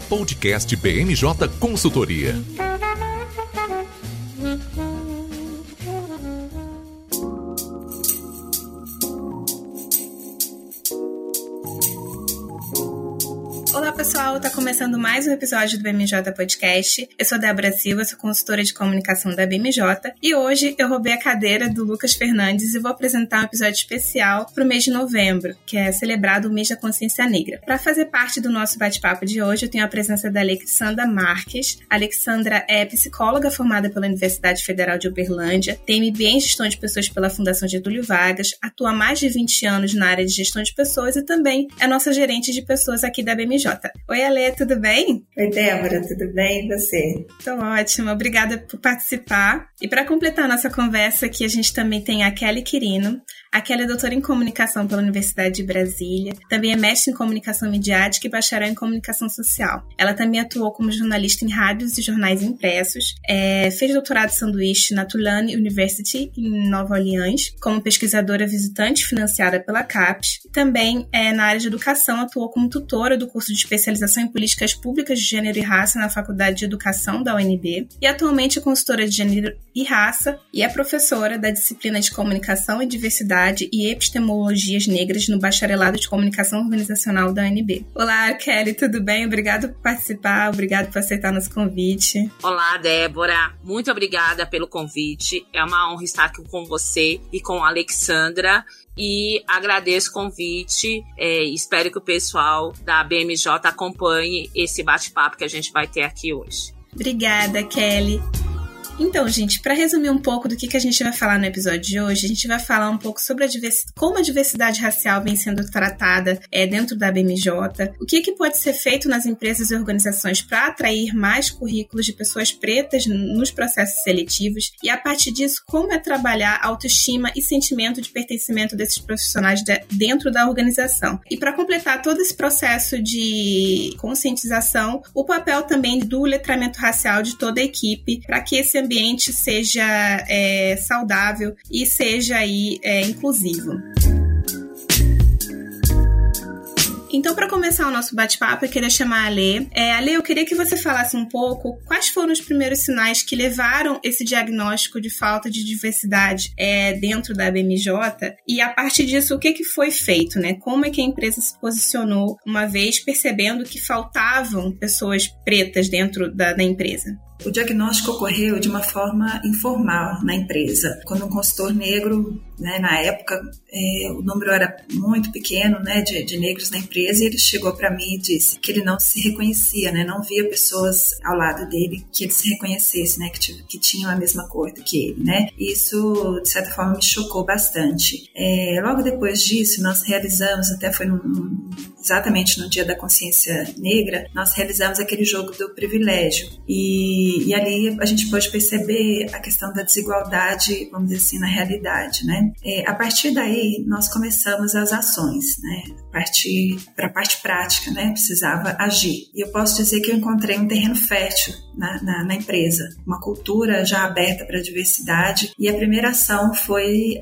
Podcast BMJ Consultoria. Olá pessoal, está começando mais um episódio do BMJ Podcast. Eu sou Débora Silva, sou consultora de comunicação da BMJ e hoje eu roubei a cadeira do Lucas Fernandes e vou apresentar um episódio especial para o mês de novembro, que é celebrado o mês da consciência negra. Para fazer parte do nosso bate-papo de hoje, eu tenho a presença da Alexandra Marques. A Alexandra é psicóloga formada pela Universidade Federal de Uberlândia, tem MBA em Gestão de Pessoas pela Fundação Getúlio Vargas, atua há mais de 20 anos na área de gestão de pessoas e também é nossa gerente de pessoas aqui da BMJ. Oi, Ale, tudo bem? Oi, Débora, tudo bem? E você? Tô ótima, obrigada por participar. E para completar a nossa conversa aqui, a gente também tem a Kelly Quirino. A Kelly é doutora em comunicação pela Universidade de Brasília, também é mestre em comunicação midiática e bacharel em comunicação social. Ela também atuou como jornalista em rádios e jornais impressos, fez doutorado sanduíche na Tulane University, em Nova Orleans, como pesquisadora visitante financiada pela CAPES. Também, na área de educação, atuou como tutora do curso de especialização em políticas públicas de gênero e raça na Faculdade de Educação da UNB e atualmente é consultora de gênero e raça e é professora da disciplina de comunicação e diversidade e epistemologias negras no bacharelado de comunicação organizacional da UNB. Olá, Kelly, tudo bem? Obrigada por participar, obrigada por aceitar nosso convite. Olá, Débora, muito obrigada pelo convite. É uma honra estar aqui com você e com a Alexandra. E agradeço o convite, espero que o pessoal da BMJ acompanhe esse bate-papo que a gente vai ter aqui hoje. Obrigada, Kelly. Então, gente, para resumir um pouco do que a gente vai falar no episódio de hoje, a gente vai falar um pouco sobre como a diversidade racial vem sendo tratada dentro da BMJ, o que pode ser feito nas empresas e organizações para atrair mais currículos de pessoas pretas nos processos seletivos e, a partir disso, como é trabalhar a autoestima e sentimento de pertencimento desses profissionais dentro da organização. E para completar todo esse processo de conscientização, o papel também do letramento racial de toda a equipe para que esse ambiente seja saudável e seja aí inclusivo. Então, para começar o nosso bate-papo, eu queria chamar a Ale. Ale, eu queria que você falasse um pouco quais foram os primeiros sinais que levaram esse diagnóstico de falta de diversidade dentro da BMJ e, a partir disso, o que foi feito, né? Como é que a empresa se posicionou uma vez percebendo que faltavam pessoas pretas dentro da empresa? O diagnóstico ocorreu de uma forma informal na empresa. Quando um consultor negro, né, na época, o número era muito pequeno, né, de negros na empresa, e ele chegou para mim e disse que ele não se reconhecia, né, não via pessoas ao lado dele que ele se reconhecesse, né, que tinham a mesma cor do que ele, né. Isso, de certa forma, me chocou bastante. Logo depois disso, nós realizamos, até foi exatamente no Dia da Consciência Negra, nós realizamos aquele jogo do privilégio. E ali a gente pode perceber a questão da desigualdade, vamos dizer assim, na realidade, né? A partir daí, nós começamos as ações, né? Para a parte prática, né? Precisava agir. E eu posso dizer que eu encontrei um terreno fértil na empresa, uma cultura já aberta para a diversidade, e a primeira ação foi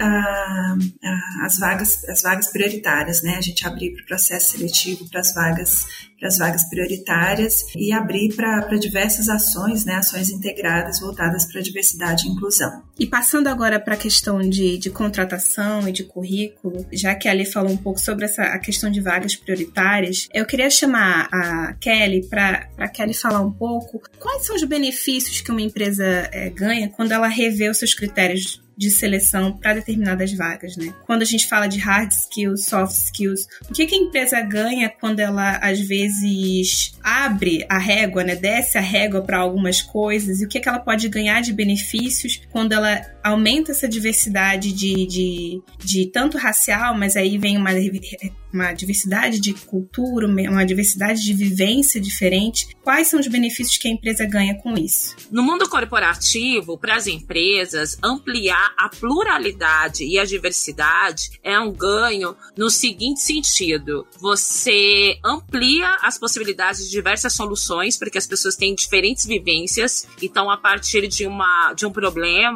as vagas prioritárias, né? A gente abriu para o processo seletivo para as vagas prioritárias e abrir para diversas ações, né, ações integradas voltadas para a diversidade e inclusão. E passando agora para a questão de contratação e de currículo, já que a Ali falou um pouco sobre a questão de vagas prioritárias, eu queria chamar a Kelly para a Kelly falar um pouco quais são os benefícios que uma empresa ganha quando ela revê os seus critérios de seleção para determinadas vagas, né? Quando a gente fala de hard skills, soft skills, o que a empresa ganha quando ela, às vezes, abre a régua, né? Desce a régua para algumas coisas, e o que ela pode ganhar de benefícios quando ela aumenta essa diversidade de tanto racial, mas aí vem uma diversidade de cultura, uma diversidade de vivência diferente. Quais são os benefícios que a empresa ganha com isso? No mundo corporativo, para as empresas, ampliar a pluralidade e a diversidade é um ganho no seguinte sentido: você amplia as possibilidades de diversas soluções, porque as pessoas têm diferentes vivências, então a partir de um problema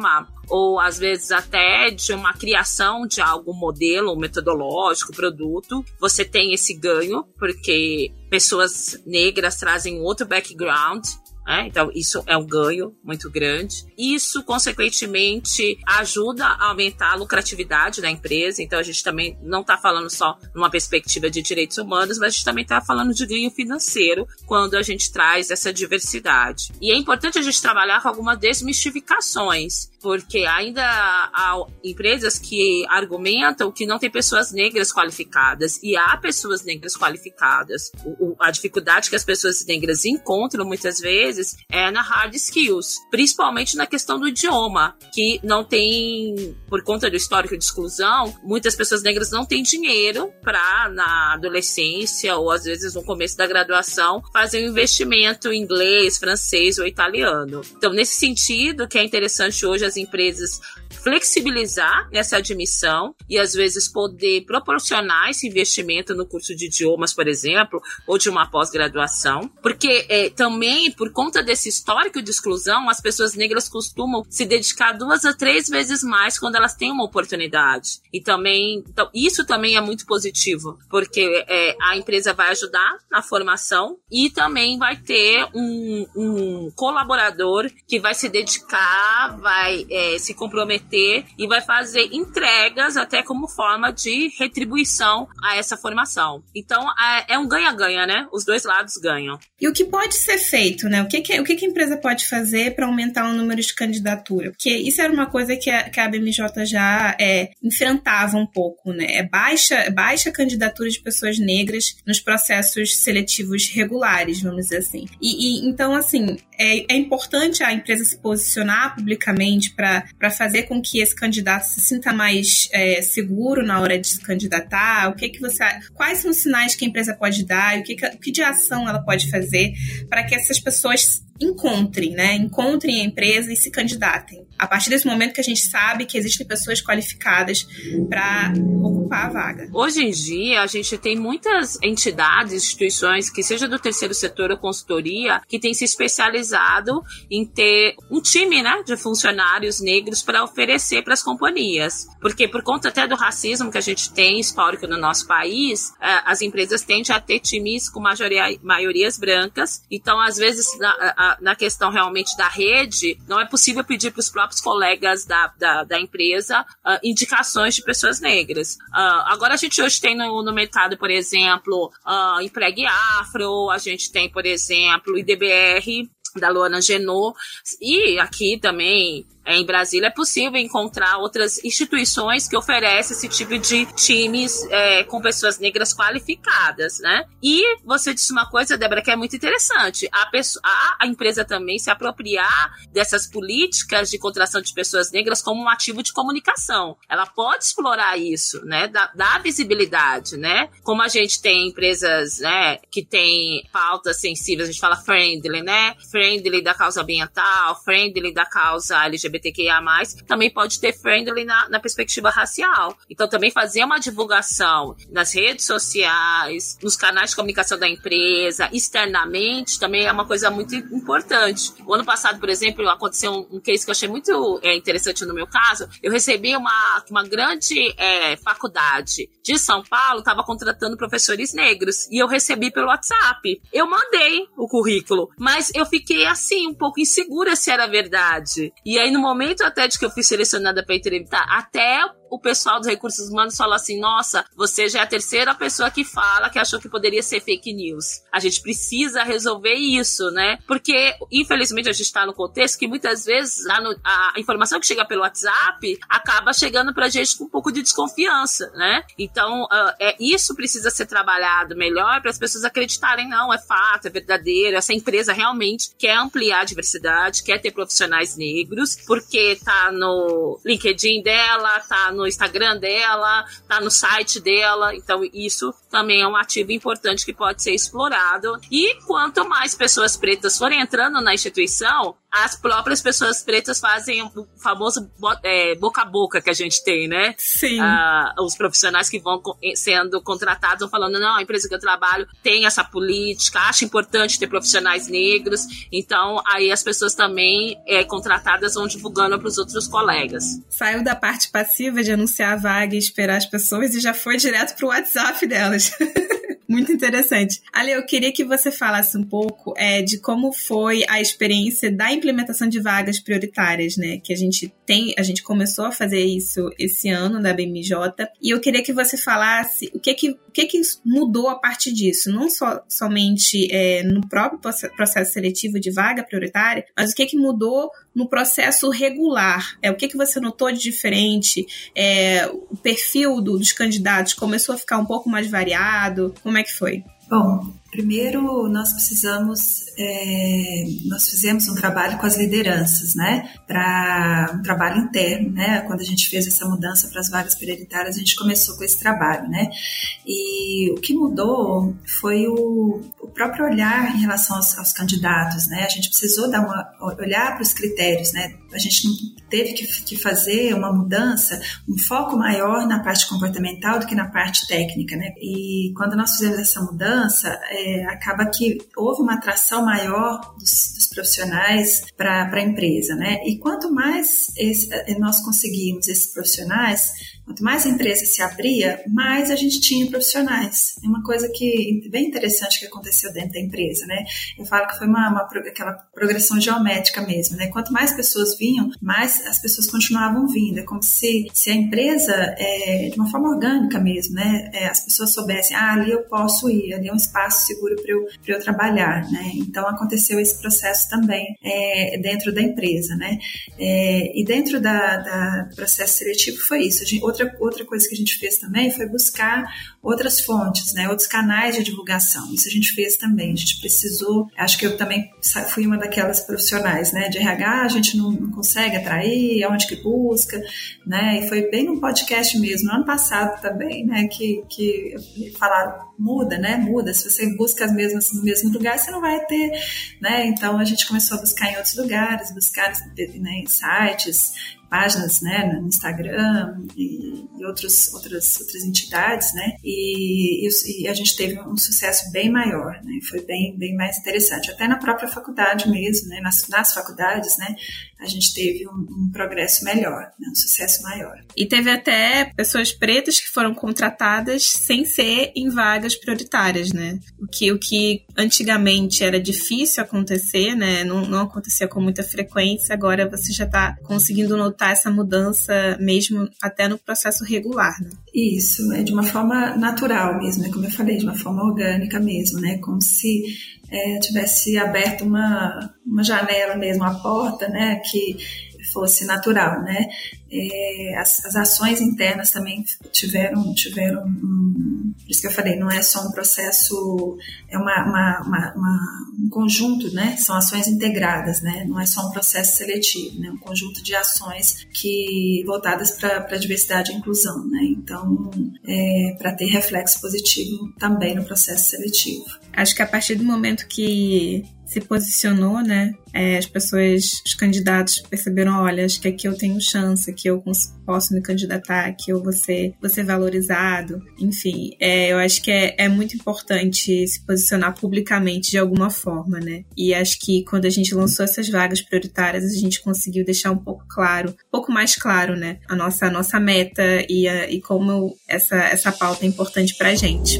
ou às vezes até de uma criação de algum modelo metodológico, produto, você tem esse ganho, porque pessoas negras trazem outro background. Então, isso é um ganho muito grande. Isso, consequentemente, ajuda a aumentar a lucratividade da empresa. Então, a gente também não está falando só numa perspectiva de direitos humanos, mas a gente também está falando de ganho financeiro quando a gente traz essa diversidade. E é importante a gente trabalhar com algumas desmistificações, porque ainda há empresas que argumentam que não tem pessoas negras qualificadas, e há pessoas negras qualificadas. A dificuldade que as pessoas negras encontram muitas vezes é na hard skills, principalmente na questão do idioma, que não tem, por conta do histórico de exclusão, muitas pessoas negras não têm dinheiro para, na adolescência ou às vezes no começo da graduação, fazer um investimento em inglês, francês ou italiano. Então, nesse sentido, que é interessante hoje as empresas flexibilizar essa admissão e às vezes poder proporcionar esse investimento no curso de idiomas, por exemplo, ou de uma pós-graduação, porque também por conta desse histórico de exclusão, as pessoas negras costumam se dedicar 2 a 3 vezes mais quando elas têm uma oportunidade. E também, então, isso também é muito positivo, porque a empresa vai ajudar na formação e também vai ter um colaborador que vai se dedicar, vai se comprometer e vai fazer entregas até como forma de retribuição a essa formação. Então, é um ganha-ganha, né? Os dois lados ganham. E o que pode ser feito, né? O que a empresa pode fazer para aumentar o número de candidatura? Porque isso era uma coisa que a BMJ já enfrentava um pouco, né? Baixa candidatura de pessoas negras nos processos seletivos regulares, vamos dizer assim. Então, assim, é importante a empresa se posicionar publicamente para fazer com que esse candidato se sinta mais seguro na hora de se candidatar. Quais são os sinais que a empresa pode dar? O que de ação ela pode fazer para que essas pessoas encontrem a empresa e se candidatem? A partir desse momento que a gente sabe que existem pessoas qualificadas para ocupar a vaga. Hoje em dia, a gente tem muitas entidades, instituições, que seja do terceiro setor ou consultoria, que tem se especializado em ter um time, né, de funcionários negros para oferecer para as companhias. Porque por conta até do racismo que a gente tem histórico no nosso país, as empresas tendem a ter times com maiorias brancas. Então, às vezes, na questão realmente da rede, não é possível pedir para os próprios colegas da empresa indicações de pessoas negras. Agora a gente hoje tem no mercado, por exemplo, Empregue Afro, a gente tem, por exemplo, o IDBR, da Luana Genot, e aqui também em Brasília é possível encontrar outras instituições que oferecem esse tipo de times com pessoas negras qualificadas, né? E você disse uma coisa, Débora, que é muito interessante. A empresa também se apropriar dessas políticas de contratação de pessoas negras como um ativo de comunicação. Ela pode explorar isso, né? Dar visibilidade, né? Como a gente tem empresas, né, que tem pautas sensíveis, a gente fala friendly, né? Friendly da causa ambiental, friendly da causa LGBTQIA+, também pode ter friendly na perspectiva racial. Então, também fazer uma divulgação nas redes sociais, nos canais de comunicação da empresa, externamente, também é uma coisa muito importante. O ano passado, por exemplo, aconteceu um case que eu achei muito interessante no meu caso. Eu recebi uma grande faculdade de São Paulo, estava contratando professores negros, e eu recebi pelo WhatsApp. Eu mandei o currículo, mas eu fiquei assim, um pouco insegura se era verdade. E aí, no momento até de que eu fui selecionada para entrevistar, até o pessoal dos recursos humanos falou assim: nossa, você já é a terceira pessoa que fala que achou que poderia ser fake news. A gente precisa resolver isso, né? Porque, infelizmente, a gente está no contexto que muitas vezes a informação que chega pelo WhatsApp acaba chegando pra gente com um pouco de desconfiança, né? Então, isso precisa ser trabalhado melhor para as pessoas acreditarem, não, é fato, é verdadeiro, essa empresa realmente quer ampliar a diversidade, quer ter profissionais negros, porque tá no LinkedIn dela, tá no no Instagram dela, tá no site dela. Então, isso também é um ativo importante que pode ser explorado. E quanto mais pessoas pretas forem entrando na instituição, as próprias pessoas pretas fazem o famoso boca a boca que a gente tem, né? Sim. Os profissionais que vão sendo contratados vão falando, não, a empresa que eu trabalho tem essa política, acha importante ter profissionais negros. Então, aí as pessoas também contratadas vão divulgando para os outros colegas. Saiu da parte passiva de anunciar a vaga e esperar as pessoas e já foi direto pro WhatsApp delas. Muito interessante. Ale, eu queria que você falasse um pouco de como foi a experiência da implementação de vagas prioritárias, né? Que a gente começou a fazer isso esse ano da BMJ, e eu queria que você falasse o que mudou a partir disso, não somente no próprio processo seletivo de vaga prioritária, mas o que mudou no processo regular. O que você notou de diferente? O perfil dos candidatos começou a ficar um pouco mais variado? Como é que foi? Bom, primeiro nós fizemos um trabalho com as lideranças, né, para um trabalho interno, né, quando a gente fez essa mudança para as vagas prioritárias, a gente começou com esse trabalho, né, e o que mudou foi o próprio olhar em relação aos candidatos, né, a gente precisou olhar para os critérios, né, a gente não teve que fazer uma mudança, um foco maior na parte comportamental do que na parte técnica, né, e quando nós fizemos essa mudança, acaba que houve uma atração maior dos profissionais para a empresa, né? E quanto mais nós conseguimos esses profissionais, quanto mais a empresa se abria, mais a gente tinha profissionais. É uma coisa bem interessante que aconteceu dentro da empresa, né? Eu falo que foi aquela progressão geométrica mesmo, né? Quanto mais pessoas vinham, mais as pessoas continuavam vindo. É como se a empresa, de uma forma orgânica mesmo, né? As pessoas soubessem, ali eu posso ir, ali é um espaço seguro para eu trabalhar, né? Então aconteceu esse processo também dentro da empresa, né? E dentro do processo seletivo foi isso. Outra coisa que a gente fez também foi buscar outras fontes, né? Outros canais de divulgação. Isso a gente fez também. A gente precisou, acho que eu também fui uma daquelas profissionais, né? De RH, a gente não consegue atrair, aonde que busca, né? E foi bem num podcast mesmo, no ano passado também, né? Que falaram, muda, né? Muda. Se você busca as mesmas no mesmo lugar, você não vai ter, né? Então a gente começou a buscar em outros lugares, buscar, né, em sites, páginas, né, no Instagram e outras entidades, né, e a gente teve um sucesso bem maior, né, foi bem mais interessante, até na própria faculdade mesmo, né, nas faculdades, né, a gente teve um progresso melhor, né, um sucesso maior. E teve até pessoas pretas que foram contratadas sem ser em vagas prioritárias, né, o que antigamente era difícil acontecer, né, não acontecia com muita frequência, agora você já está conseguindo notar essa mudança mesmo até no processo regular, né? Isso, né? De uma forma natural mesmo, né? Como eu falei, de uma forma orgânica mesmo, né? Como se tivesse aberto uma janela mesmo, uma porta, né? Que fosse natural, né? As ações internas também tiveram por isso que eu falei, não é só um processo, é um conjunto, né? São ações integradas, né? Não é só um processo seletivo, né? Um conjunto de ações voltadas para a diversidade e inclusão, né? Então, para ter reflexo positivo também no processo seletivo. Acho que a partir do momento que se posicionou, né? Os candidatos perceberam, olha, acho que aqui eu tenho chance, aqui eu posso me candidatar, aqui eu vou ser valorizado. Enfim, eu acho que é muito importante se posicionar publicamente de alguma forma, né? E acho que quando a gente lançou essas vagas prioritárias, a gente conseguiu deixar um pouco mais claro, né? A nossa meta e como essa pauta é importante pra gente.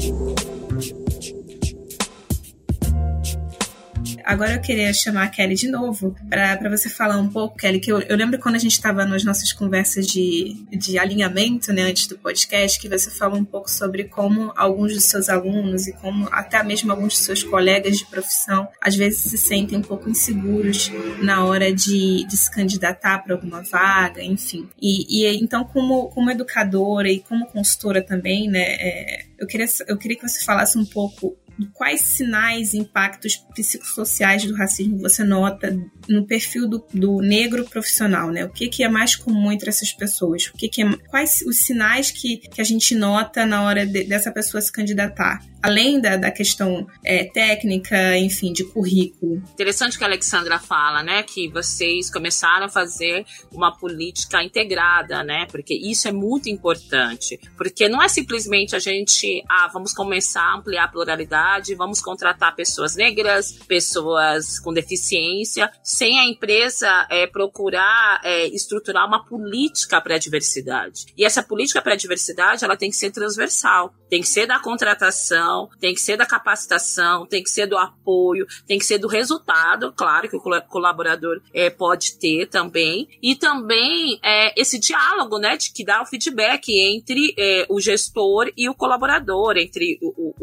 Agora eu queria chamar a Kelly de novo para você falar um pouco, Kelly, que eu lembro quando a gente estava nas nossas conversas de alinhamento, né, antes do podcast, que você falou um pouco sobre como alguns dos seus alunos e como até mesmo alguns dos seus colegas de profissão às vezes se sentem um pouco inseguros na hora de se candidatar para alguma vaga, enfim. E então, como educadora e como consultora também, né, eu queria que você falasse um pouco quais sinais e impactos psicossociais do racismo você nota no perfil do negro profissional, né? O que é mais comum entre essas pessoas? Quais os sinais que a gente nota na hora dessa pessoa se candidatar? Além da questão técnica, enfim, de currículo. Interessante que a Alexandra fala, né, que vocês começaram a fazer uma política integrada, né, porque isso é muito importante, porque não é simplesmente a gente, vamos começar a ampliar a pluralidade, vamos contratar pessoas negras, pessoas com deficiência, sem a empresa procurar estruturar uma política para a diversidade. E essa política para a diversidade, ela tem que ser transversal, tem que ser da contratação, tem que ser da capacitação, tem que ser do apoio, tem que ser do resultado, claro que o colaborador pode ter também, e também esse diálogo, né, de que dá o feedback entre o gestor e o colaborador, entre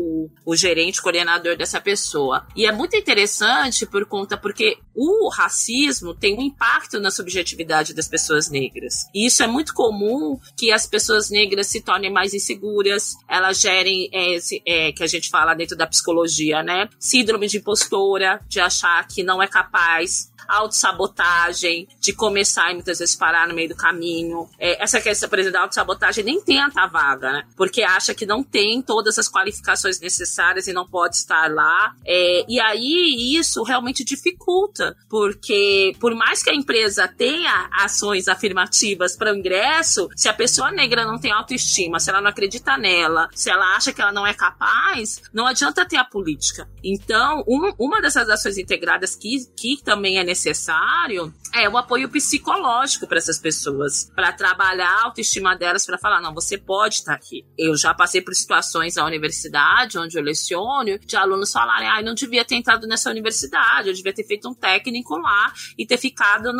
o gerente, o coordenador dessa pessoa. E é muito interessante porque o racismo tem um impacto na subjetividade das pessoas negras. E isso é muito comum que as pessoas negras se tornem mais inseguras, elas gerem que a gente fala dentro da psicologia, né? Síndrome de impostora, de achar que não é capaz, autossabotagem, de começar e muitas vezes parar no meio do caminho. Essa questão, por exemplo, da autossabotagem, nem tenta a vaga, né? Porque acha que não tem todas as qualificações necessárias e não pode estar lá. E aí isso realmente dificulta, porque por mais que a empresa tenha ações afirmativas para o ingresso, se a pessoa negra não tem autoestima, se ela não acredita nela, se ela acha que ela não é capaz, não adianta ter a política. Então, uma dessas ações integradas que também é necessário é o apoio psicológico para essas pessoas, para trabalhar a autoestima delas, para falar, não, você pode estar aqui. Eu já passei por situações na universidade, onde eu leciono, de alunos falarem, não devia ter entrado nessa universidade, eu devia ter feito um técnico lá e ter ficado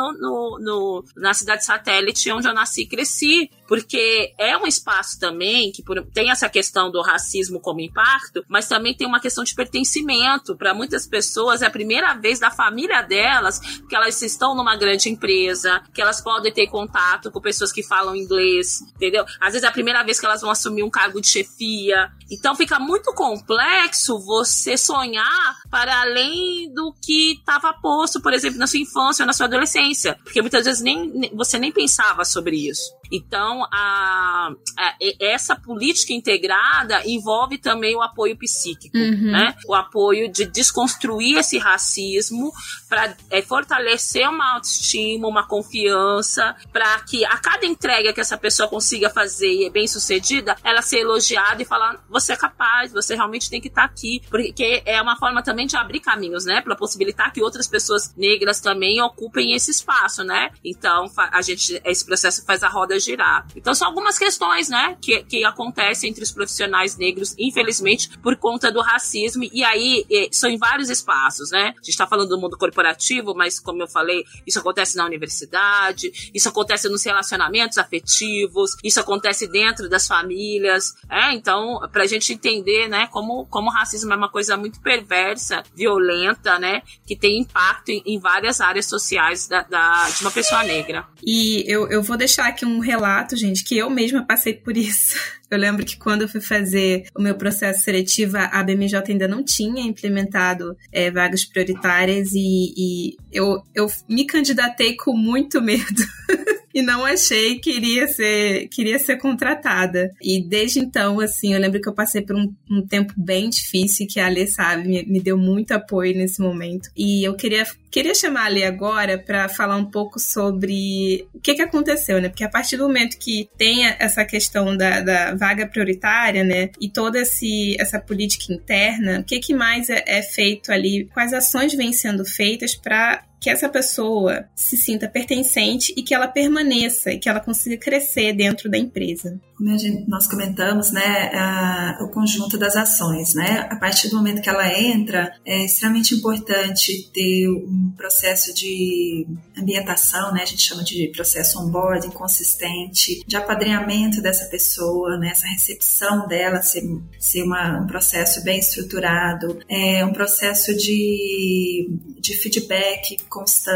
na cidade satélite onde eu nasci e cresci, porque é um espaço também que tem essa questão do racismo como impacto, mas também tem uma questão de pertencimento. Para muitas pessoas é a primeira vez da família delas que elas estão numa grande empresa, que elas podem ter contato com pessoas que falam inglês, entendeu? Às vezes é a primeira vez que elas vão assumir um cargo de chefia. Então fica muito complexo você sonhar para além do que estava posto, por exemplo, na sua infância ou na sua adolescência, porque muitas vezes você nem pensava sobre isso. Então, essa política integrada envolve também o apoio psíquico, né? O apoio de desconstruir esse racismo para fortalecer uma autoestima, uma confiança, para que a cada entrega que essa pessoa consiga fazer e é bem sucedida, ela ser elogiada e falar, você é capaz, você realmente tem que estar aqui, porque é uma forma também de abrir caminhos, né? Para possibilitar que outras pessoas negras também ocupem esse espaço, né? Então, esse processo faz a roda girar. Então são algumas questões, né, que acontecem entre os profissionais negros, infelizmente, por conta do racismo, e aí são em vários espaços, né? A gente está falando do mundo corporativo, mas como eu falei, isso acontece na universidade, isso acontece nos relacionamentos afetivos, isso acontece dentro das famílias, então, pra gente entender, né, como o racismo é uma coisa muito perversa, violenta, né, que tem impacto em várias áreas sociais de uma pessoa negra. E eu vou deixar aqui um relato, gente, que eu mesma passei por isso. Eu lembro que quando eu fui fazer o meu processo seletivo, a BMJ ainda não tinha implementado vagas prioritárias e eu me candidatei com muito medo. E não achei que queria ser contratada. E desde então, assim, eu lembro que eu passei por um tempo bem difícil, que a Alê, sabe, me deu muito apoio nesse momento. E eu queria chamar a Alê agora para falar um pouco sobre o que aconteceu, né? Porque a partir do momento que tem essa questão da vaga prioritária, né? E toda essa política interna, o que mais é feito ali? Quais ações vêm sendo feitas para que essa pessoa se sinta pertencente e que ela permaneça e que ela consiga crescer dentro da empresa? Como nós comentamos, né, o conjunto das ações, né? A partir do momento que ela entra, é extremamente importante ter um processo de ambientação, né? A gente chama de processo onboarding consistente, de apadrinhamento dessa pessoa, né? Essa recepção dela ser um processo bem estruturado, um processo de feedback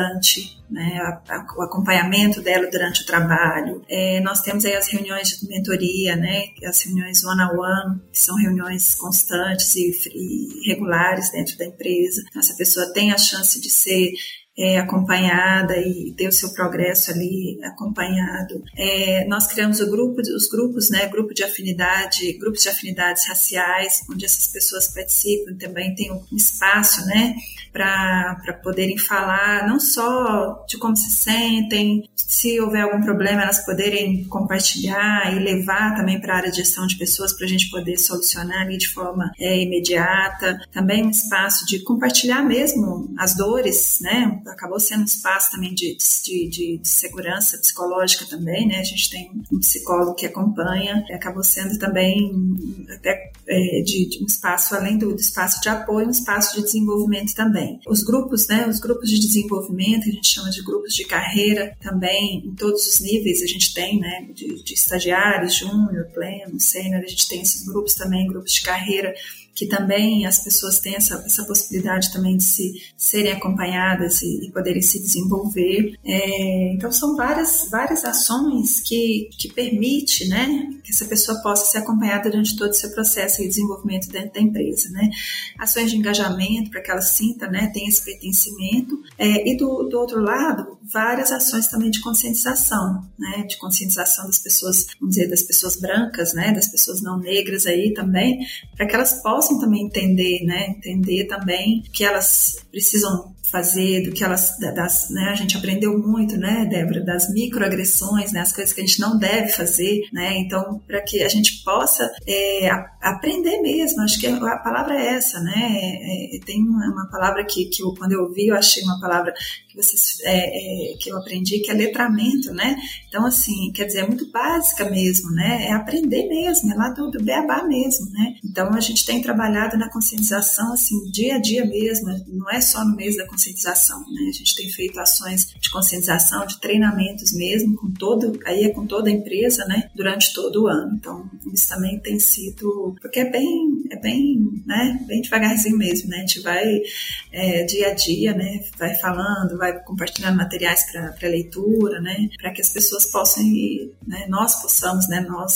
constante, né, o acompanhamento dela durante o trabalho. Nós temos aí as reuniões de mentoria consultoria, né, as reuniões one-on-one, que são reuniões constantes e regulares dentro da empresa. Então, essa pessoa tem a chance de ser acompanhada e ter o seu progresso ali acompanhado. Nós criamos os grupos, né, grupos de afinidades raciais, onde essas pessoas participam, também tem um espaço, né, para poderem falar não só de como se sentem, se houver algum problema elas poderem compartilhar e levar também para a área de gestão de pessoas para a gente poder solucionar ali de forma imediata. Também um espaço de compartilhar mesmo as dores, né, acabou sendo um espaço também de segurança psicológica também, né? A gente tem um psicólogo que acompanha, acabou sendo também até de um espaço, além do espaço de apoio, um espaço de desenvolvimento também. Os grupos, né? Os grupos de desenvolvimento, a gente chama de grupos de carreira também, em todos os níveis a gente tem, né? De estagiários, júnior, pleno, sênior, a gente tem esses grupos também, grupos de carreira, que também as pessoas têm essa possibilidade também de serem acompanhadas e poderem se desenvolver. Então, são várias ações que permitem, né, que essa pessoa possa ser acompanhada durante todo o seu processo de desenvolvimento dentro da empresa, né? Ações de engajamento para que ela sinta, né, tenha esse pertencimento. E do outro lado, várias ações também de conscientização, né, de conscientização das pessoas, vamos dizer, das pessoas brancas, né, das pessoas não negras aí também, para que elas possam também entender, né, entender também que elas precisam fazer, do que elas, né, a gente aprendeu muito, né, Débora, das microagressões, né, as coisas que a gente não deve fazer, né, então, para que a gente possa aprender mesmo, acho que a palavra é essa, né, tem uma palavra que eu, quando eu ouvi, eu achei uma palavra que eu aprendi, que é letramento, né, então, assim, quer dizer, é muito básica mesmo, né, é aprender mesmo, é lá do beabá mesmo, né, então a gente tem trabalhado na conscientização, assim, dia a dia mesmo, não é só no mês da conscientização, né? A gente tem feito ações de conscientização, de treinamentos mesmo, com toda a empresa, né? Durante todo o ano. Então, isso também tem sido, porque é bem, né? Bem devagarzinho mesmo, né? A gente vai dia a dia, né? Vai falando, vai compartilhando materiais para leitura, né? Para que as pessoas possam ir, né? Nós possamos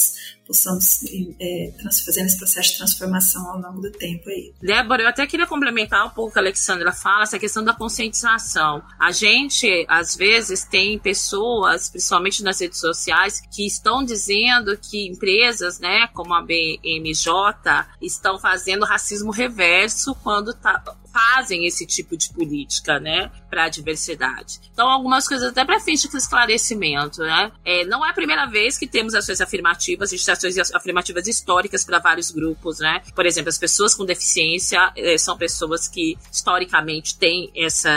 fazendo esse processo de transformação ao longo do tempo aí. Débora, eu até queria complementar um pouco o que a Alexandra fala, essa questão da conscientização. A gente, às vezes, tem pessoas, principalmente nas redes sociais, que estão dizendo que empresas, né, como a BMJ, estão fazendo racismo reverso quando fazem esse tipo de política, né, para a diversidade. Então, algumas coisas até para fins de esclarecimento, né? Não é a primeira vez que temos ações afirmativas, ações afirmativas históricas para vários grupos, né? Por exemplo, as pessoas com deficiência são pessoas que historicamente têm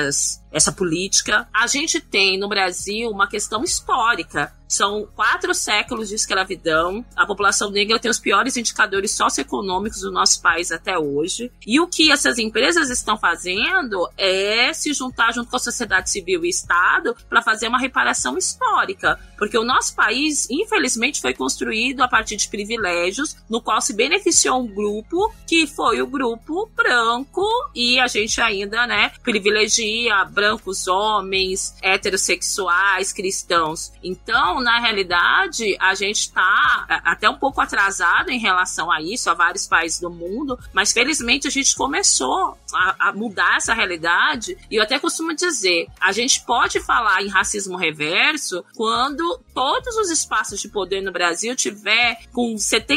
essa política. A gente tem no Brasil uma questão histórica. São 4 séculos de escravidão. A população negra tem os piores indicadores socioeconômicos do nosso país até hoje. E o que essas empresas estão fazendo é se juntar junto com a sociedade civil e Estado para fazer uma reparação histórica. Porque o nosso país, infelizmente, foi construído a partir de privilégios, no qual se beneficiou um grupo, que foi o grupo branco, e a gente ainda, né, privilegia brancos homens, heterossexuais, cristãos. Então, na realidade, a gente está até um pouco atrasado em relação a isso, a vários países do mundo, mas felizmente a gente começou a mudar essa realidade, e eu até costumo dizer, a gente pode falar em racismo reverso quando todos os espaços de poder no Brasil tiver com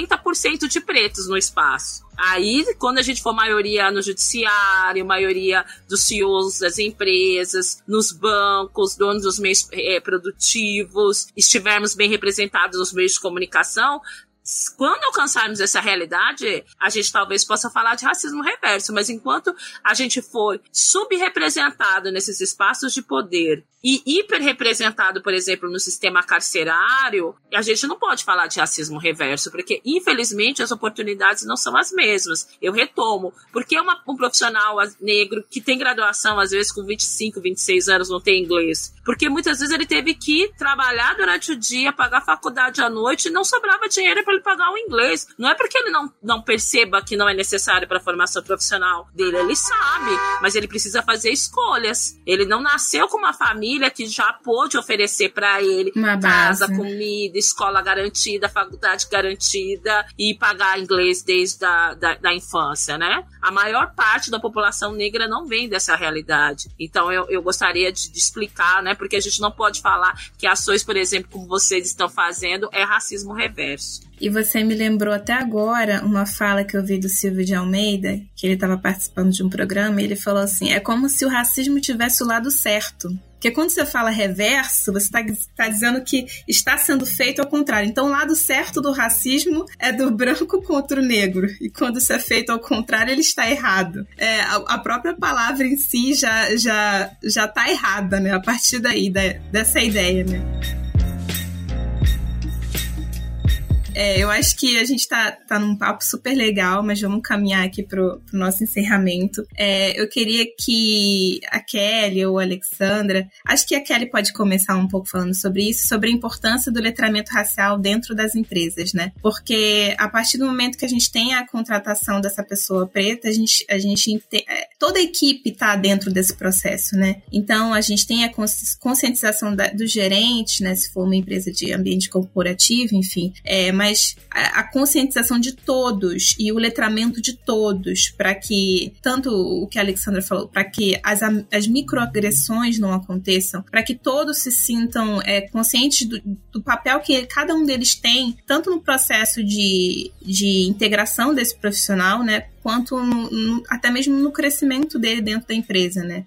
70% de pretos no espaço. Aí, quando a gente for maioria no judiciário, maioria dos CEOs das empresas, nos bancos, donos dos meios produtivos, estivermos bem representados nos meios de comunicação, quando alcançarmos essa realidade, a gente talvez possa falar de racismo reverso, mas enquanto a gente for subrepresentado nesses espaços de poder e hiperrepresentado, por exemplo, no sistema carcerário, a gente não pode falar de racismo reverso, porque, infelizmente, as oportunidades não são as mesmas. Eu retomo, porque um profissional negro que tem graduação, às vezes, com 25, 26 anos, não tem inglês? Porque muitas vezes ele teve que trabalhar durante o dia, pagar faculdade à noite e não sobrava dinheiro para ele pagar o inglês. Não é porque ele não perceba que não é necessário para a formação profissional dele, ele sabe, mas ele precisa fazer escolhas. Ele não nasceu com uma família que já pôde oferecer para ele uma casa, base, comida, escola garantida, faculdade garantida e pagar inglês desde da infância, né? A maior parte da população negra não vem dessa realidade. Então eu gostaria de explicar, né? Porque a gente não pode falar que ações, por exemplo, como vocês estão fazendo, é racismo reverso. E você me lembrou até agora uma fala que eu vi do Silvio de Almeida, que ele estava participando de um programa, e ele falou assim, é como se o racismo tivesse o lado certo. Porque quando você fala reverso, você está dizendo que está sendo feito ao contrário. Então, o lado certo do racismo é do branco contra o negro. E quando isso é feito ao contrário, ele está errado. A própria palavra em si já está errada, né? A partir daí, dessa ideia, né? Eu acho que a gente tá num papo super legal, mas vamos caminhar aqui pro nosso encerramento. Eu queria que a Kelly ou a Alexandra, acho que a Kelly pode começar um pouco falando sobre isso, sobre a importância do letramento racial dentro das empresas, né? Porque a partir do momento que a gente tem a contratação dessa pessoa preta, toda a equipe tá dentro desse processo, né? Então, a gente tem a conscientização do gerente, né? Se for uma empresa de ambiente corporativo, enfim, mas a conscientização de todos e o letramento de todos para que, tanto o que a Alexandra falou, para que as microagressões não aconteçam, para que todos se sintam conscientes do papel que cada um deles tem, tanto no processo de integração desse profissional, né, quanto até mesmo no crescimento dele dentro da empresa, né?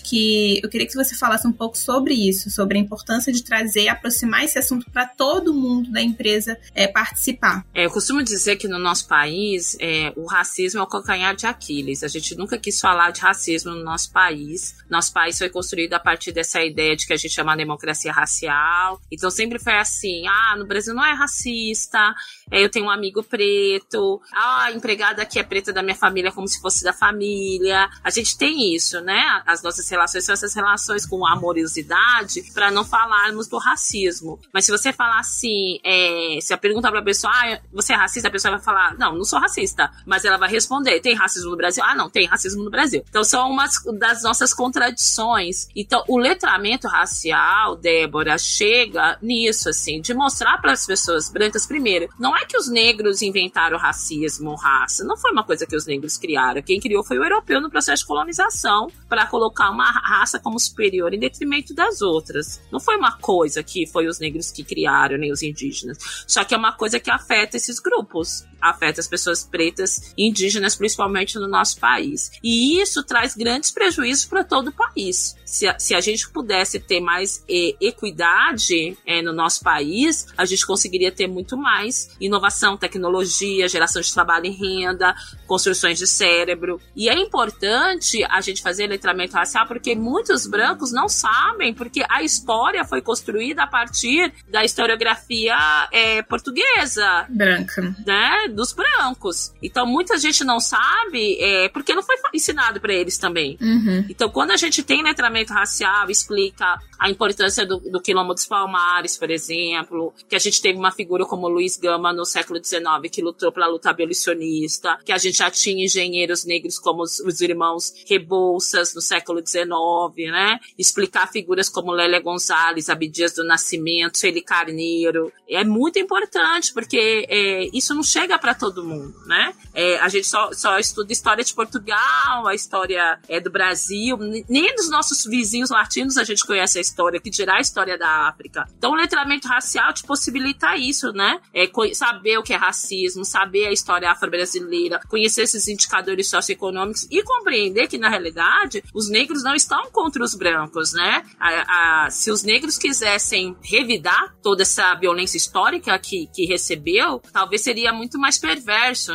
Eu queria que você falasse um pouco sobre isso, sobre a importância de aproximar esse assunto para todo mundo da empresa participar. Eu costumo dizer que no nosso país, o racismo é o calcanhar de Aquiles. A gente nunca quis falar de racismo no nosso país. Nosso país foi construído a partir dessa ideia de que a gente chama democracia racial. Então sempre foi assim, no Brasil não é racista, eu tenho um amigo preto, a empregada aqui é preta da minha família como se fosse da família. A gente tem isso, né? As nossas relações são essas relações com amorosidade para não falarmos do racismo. Mas se você falar assim, se eu perguntar pra pessoa, você é racista? A pessoa vai falar, não sou racista. Mas ela vai responder, tem racismo no Brasil? Não, tem racismo no Brasil. Então são umas das nossas contradições. Então o letramento racial, Débora, chega nisso, assim, de mostrar para as pessoas brancas, primeiro, não é que os negros inventaram racismo, raça. Não foi uma coisa que os negros criaram. Quem criou foi o europeu no processo de colonização para colocar uma raça como superior em detrimento das outras. Não foi uma coisa que foi os negros que criaram, nem os indígenas. Só que é uma coisa que afeta esses grupos. Afeta as pessoas pretas e indígenas, principalmente no nosso país. E isso traz grandes prejuízos para todo o país. Se a gente pudesse ter mais equidade no nosso país, a gente conseguiria ter muito mais inovação, tecnologia, geração de trabalho e renda, construções de cérebro. E é importante a gente fazer letramento racial porque muitos brancos não sabem, porque a história foi construída a partir da historiografia portuguesa. Branca. Né? Dos brancos. Então, muita gente não sabe porque não foi ensinado para eles também. Uhum. Então, quando a gente tem letramento racial, explica a importância do Quilombo dos Palmares, por exemplo, que a gente teve uma figura como Luiz Gama no século XIX, que lutou pela luta abolicionista, que a gente já tinha engenheiros negros como os irmãos Rebouças no século XIX, né? Explicar figuras como Lélia Gonzalez, Abdias do Nascimento, Sueli Carneiro. É muito importante, porque isso não chega para todo mundo, né? A gente só estuda história de Portugal, a história do Brasil, nem dos nossos vizinhos latinos a gente conhece a história, que dirá a história da África. Então o letramento racial te possibilita isso, né? Saber o que é racismo, saber a história afro-brasileira, conhecer esses indicadores socioeconômicos e compreender que, na realidade, os negros não estão contra os brancos, né? Se os negros quisessem revidar toda essa violência histórica que recebeu, talvez seria muito mais perverso, né?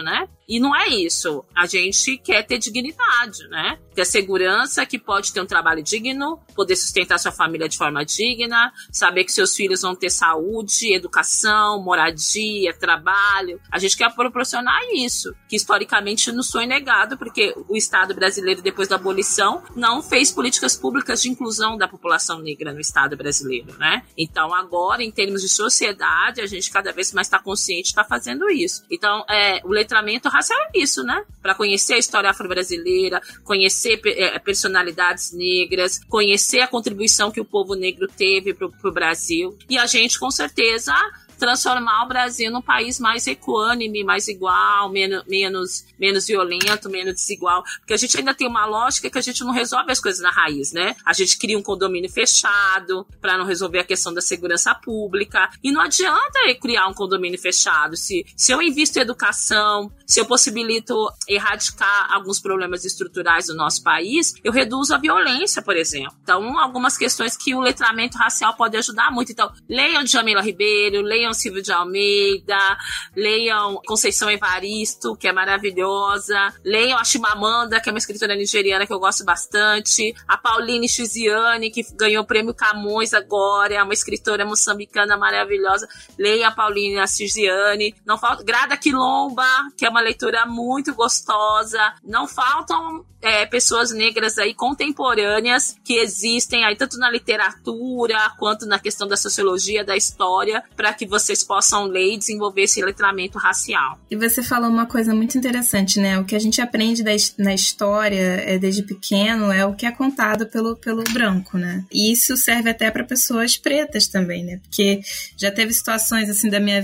E não é isso. A gente quer ter dignidade, né? Ter segurança, que pode ter um trabalho digno, poder sustentar sua família de forma digna, saber que seus filhos vão ter saúde, educação, moradia, trabalho. A gente quer proporcionar isso, que historicamente nos foi negado, porque o Estado brasileiro, depois da abolição, não fez políticas públicas de inclusão da população negra no Estado brasileiro, né? Então, agora, em termos de sociedade, a gente cada vez mais está consciente de estar fazendo isso. Então, o letramento racial é isso, né? Para conhecer a história afro-brasileira, conhecer personalidades negras, conhecer a contribuição que o povo negro teve para o Brasil. E a gente, com certeza, transformar o Brasil num país mais equânime, mais igual, menos violento, menos desigual. Porque a gente ainda tem uma lógica que a gente não resolve as coisas na raiz, né? A gente cria um condomínio fechado para não resolver a questão da segurança pública. E não adianta criar um condomínio fechado. Se eu invisto em educação, se eu possibilito erradicar alguns problemas estruturais do nosso país, eu reduzo a violência, por exemplo. Então, algumas questões que o letramento racial pode ajudar muito. Então, leiam Djamila Ribeiro, leiam Silvio de Almeida, leiam Conceição Evaristo, que é maravilhosa, leiam a Chimamanda, que é uma escritora nigeriana que eu gosto bastante, a Pauline Chiziane, que ganhou o prêmio Camões agora, é uma escritora moçambicana maravilhosa, leiam a Pauline Chiziane, não falta Grada Quilomba, que é uma leitura muito gostosa, não faltam pessoas negras aí contemporâneas que existem aí tanto na literatura quanto na questão da sociologia, da história, para que vocês possam ler e desenvolver esse letramento racial. E você falou uma coisa muito interessante, né? O que a gente aprende na história desde pequeno é o que é contado pelo branco, né? E isso serve até para pessoas pretas também, né? Porque já teve situações assim da minha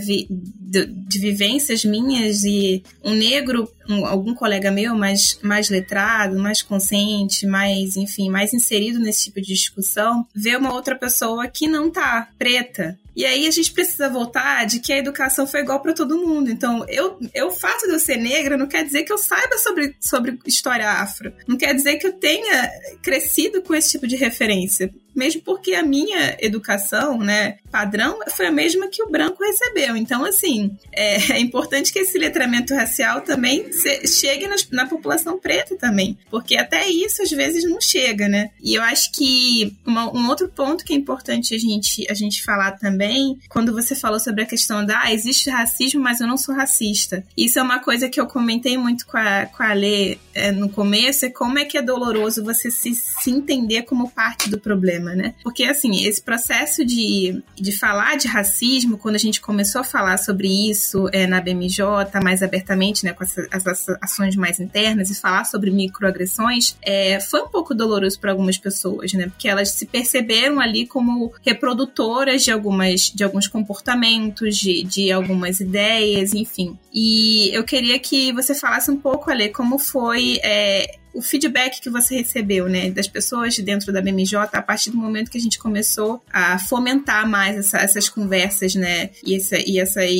de vivências minhas e um negro, algum colega meu mais letrado, mais consciente, mais inserido nesse tipo de discussão, vê uma outra pessoa que não tá preta. E aí a gente precisa voltar de que a educação foi igual para todo mundo. Então, o fato de eu ser negra não quer dizer que eu saiba sobre história afro. Não quer dizer que eu tenha crescido com esse tipo de referência. Mesmo porque a minha educação, né, padrão, foi a mesma que o branco recebeu. Então, assim, é importante que esse letramento racial também chegue na população preta também. Porque até isso, às vezes, não chega, né? E eu acho que um outro ponto que é importante a gente falar também, quando você falou sobre a questão existe racismo, mas eu não sou racista. Isso é uma coisa que eu comentei muito com a Lê no começo, é como é que é doloroso você se entender como parte do problema, né? Porque, assim, esse processo de falar de racismo, quando a gente começou a falar sobre isso na BMJ, mais abertamente, né, com as ações mais internas, e falar sobre microagressões, foi um pouco doloroso para algumas pessoas, né? Porque elas se perceberam ali como reprodutoras de alguns comportamentos, de algumas ideias, enfim. E eu queria que você falasse um pouco, Ale, como foi o feedback que você recebeu, né, das pessoas dentro da BMJ a partir do momento que a gente começou a fomentar mais essas conversas, né, e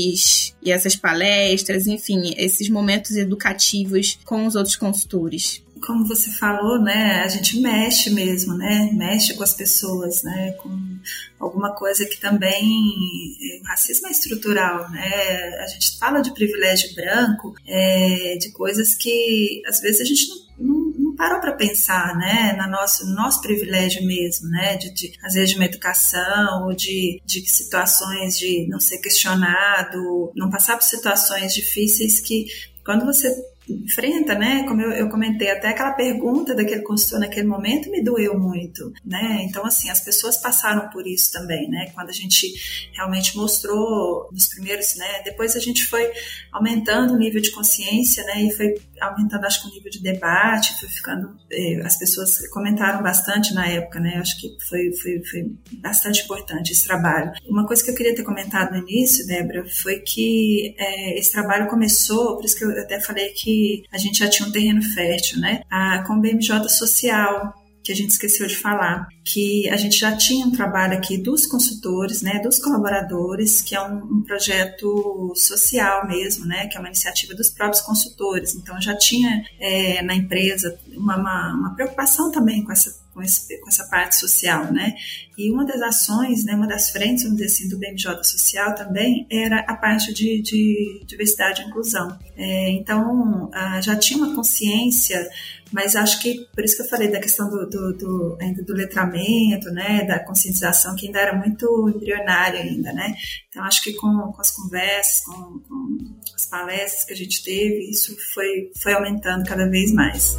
essas palestras, enfim, esses momentos educativos com os outros consultores. Como você falou, né, a gente mexe mesmo, né, mexe com as pessoas, né, com alguma coisa que também, o racismo é estrutural, né, a gente fala de privilégio branco, de coisas que às vezes a gente não parou para pensar, né, no nosso privilégio mesmo, né, às vezes de uma educação, ou de situações de não ser questionado, não passar por situações difíceis que, quando você enfrenta, né, como eu comentei, até aquela pergunta daquele consultor naquele momento me doeu muito, né, então assim, as pessoas passaram por isso também, né, quando a gente realmente mostrou nos primeiros, né, depois a gente foi aumentando o nível de consciência, né, e foi aumentando, acho que o nível de debate, foi ficando, as pessoas comentaram bastante na época, né, acho que foi bastante importante esse trabalho. Uma coisa que eu queria ter comentado no início, Débora, foi que esse trabalho começou, por isso que eu até falei que a gente já tinha um terreno fértil, né? Com o BMJ Social, que a gente esqueceu de falar, que a gente já tinha um trabalho aqui dos consultores, né, dos colaboradores, que é um projeto social mesmo, né, que é uma iniciativa dos próprios consultores. Então já tinha na empresa uma preocupação também com essa parte social, né? E uma das ações, né, uma das frentes, vamos dizer assim, do BMJ Social também era a parte de diversidade e inclusão. Então, já tinha uma consciência, mas acho que, por isso que eu falei da questão ainda do letramento, né, da conscientização, que ainda era muito embrionária ainda, né? Então, acho que com as conversas, com as palestras que a gente teve, isso foi aumentando cada vez mais.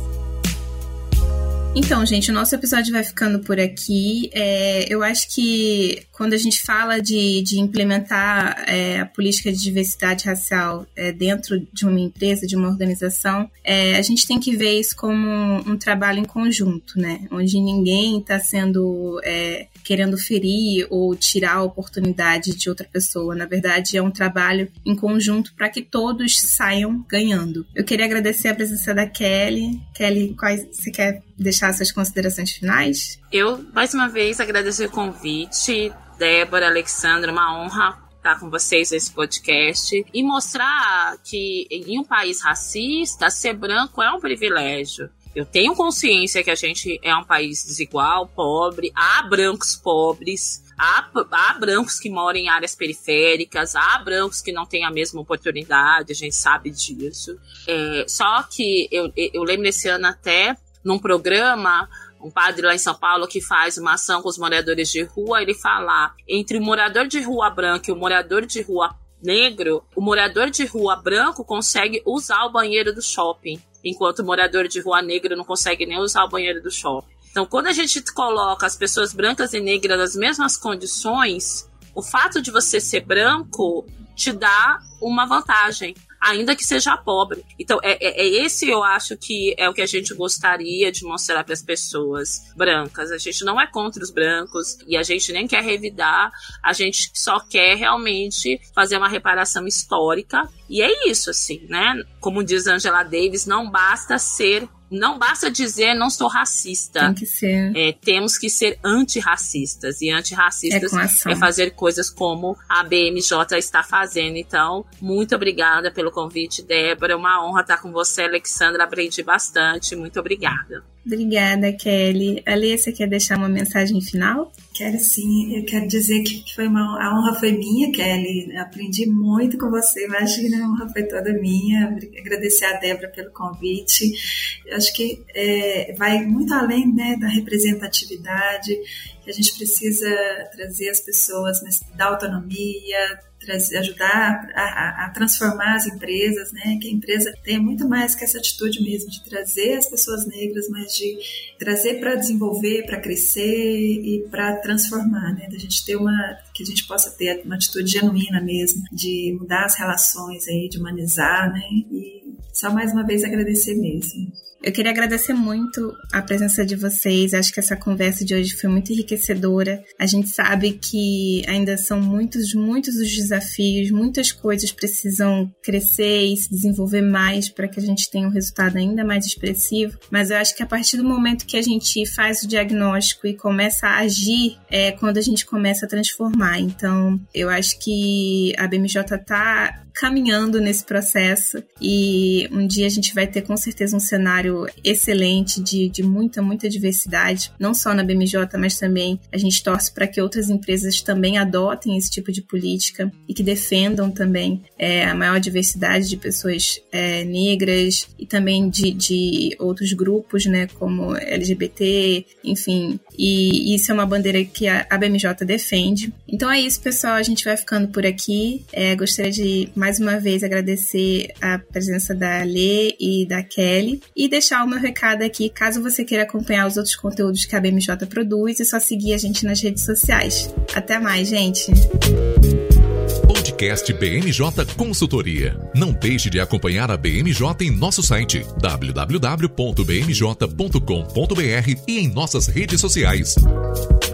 Então, gente, o nosso episódio vai ficando por aqui. Eu acho que quando a gente fala de implementar a política de diversidade racial dentro de uma empresa, de uma organização, a gente tem que ver isso como um trabalho em conjunto, né? Onde ninguém está querendo ferir ou tirar a oportunidade de outra pessoa. Na verdade, é um trabalho em conjunto para que todos saiam ganhando. Eu queria agradecer a presença da Kelly. Kelly, quais você quer deixar suas considerações finais? Eu, mais uma vez, agradecer o convite. Débora, Alexandra, uma honra estar com vocês nesse podcast e mostrar que em um país racista, ser branco é um privilégio. Eu tenho consciência que a gente é um país desigual, pobre, há brancos pobres, há brancos que moram em áreas periféricas, há brancos que não têm a mesma oportunidade, a gente sabe disso. Só que eu lembro esse ano até, num programa, um padre lá em São Paulo que faz uma ação com os moradores de rua, ele fala, entre o morador de rua branco e o morador de rua negro, o morador de rua branco consegue usar o banheiro do shopping, enquanto o morador de rua negro não consegue nem usar o banheiro do shopping. Então, quando a gente coloca as pessoas brancas e negras nas mesmas condições, o fato de você ser branco te dá uma vantagem, ainda que seja pobre. Então, esse eu acho que é o que a gente gostaria de mostrar para as pessoas brancas. A gente não é contra os brancos e a gente nem quer revidar, a gente só quer realmente fazer uma reparação histórica. E é isso, assim, né? Como diz Angela Davis, não basta dizer não sou racista. Tem que ser. Temos que ser antirracistas. E antirracistas é fazer coisas como a BMJ está fazendo. Então, muito obrigada pelo convite, Débora. É uma honra estar com você, Alexandra. Aprendi bastante. Muito obrigada. Obrigada, Kelly. Alê, você quer deixar uma mensagem final? Quero sim. Eu quero dizer que a honra foi minha, Kelly. Aprendi muito com você. Imagina, a honra foi toda minha. Agradecer a Débora pelo convite. Eu acho que vai muito além, né, da representatividade, que a gente precisa trazer as pessoas da autonomia, ajudar a transformar as empresas, né? Que a empresa tenha muito mais que essa atitude mesmo de trazer as pessoas negras, mas de trazer para desenvolver, para crescer e para transformar, né? Da gente ter que a gente possa ter uma atitude genuína mesmo, de mudar as relações aí, de humanizar, né? E só mais uma vez agradecer mesmo. Eu queria agradecer muito a presença de vocês. Acho que essa conversa de hoje foi muito enriquecedora. A gente sabe que ainda são muitos os desafios, muitas coisas precisam crescer e se desenvolver mais para que a gente tenha um resultado ainda mais expressivo. Mas eu acho que a partir do momento que a gente faz o diagnóstico e começa a agir, é quando a gente começa a transformar. Então, eu acho que a BMJ está caminhando nesse processo e um dia a gente vai ter com certeza um cenário excelente de muita diversidade, não só na BMJ, mas também a gente torce para que outras empresas também adotem esse tipo de política e que defendam também a maior diversidade de pessoas negras e também de outros grupos, né, como LGBT, enfim, e isso é uma bandeira que a BMJ defende. Então é isso, pessoal, a gente vai ficando por aqui. Gostaria de mais uma vez agradecer a presença da Alê e da Kelly e deixar o meu recado aqui, caso você queira acompanhar os outros conteúdos que a BMJ produz, é só seguir a gente nas redes sociais. Até mais, gente! Podcast BMJ Consultoria. Não deixe de acompanhar a BMJ em nosso site www.bmj.com.br e em nossas redes sociais.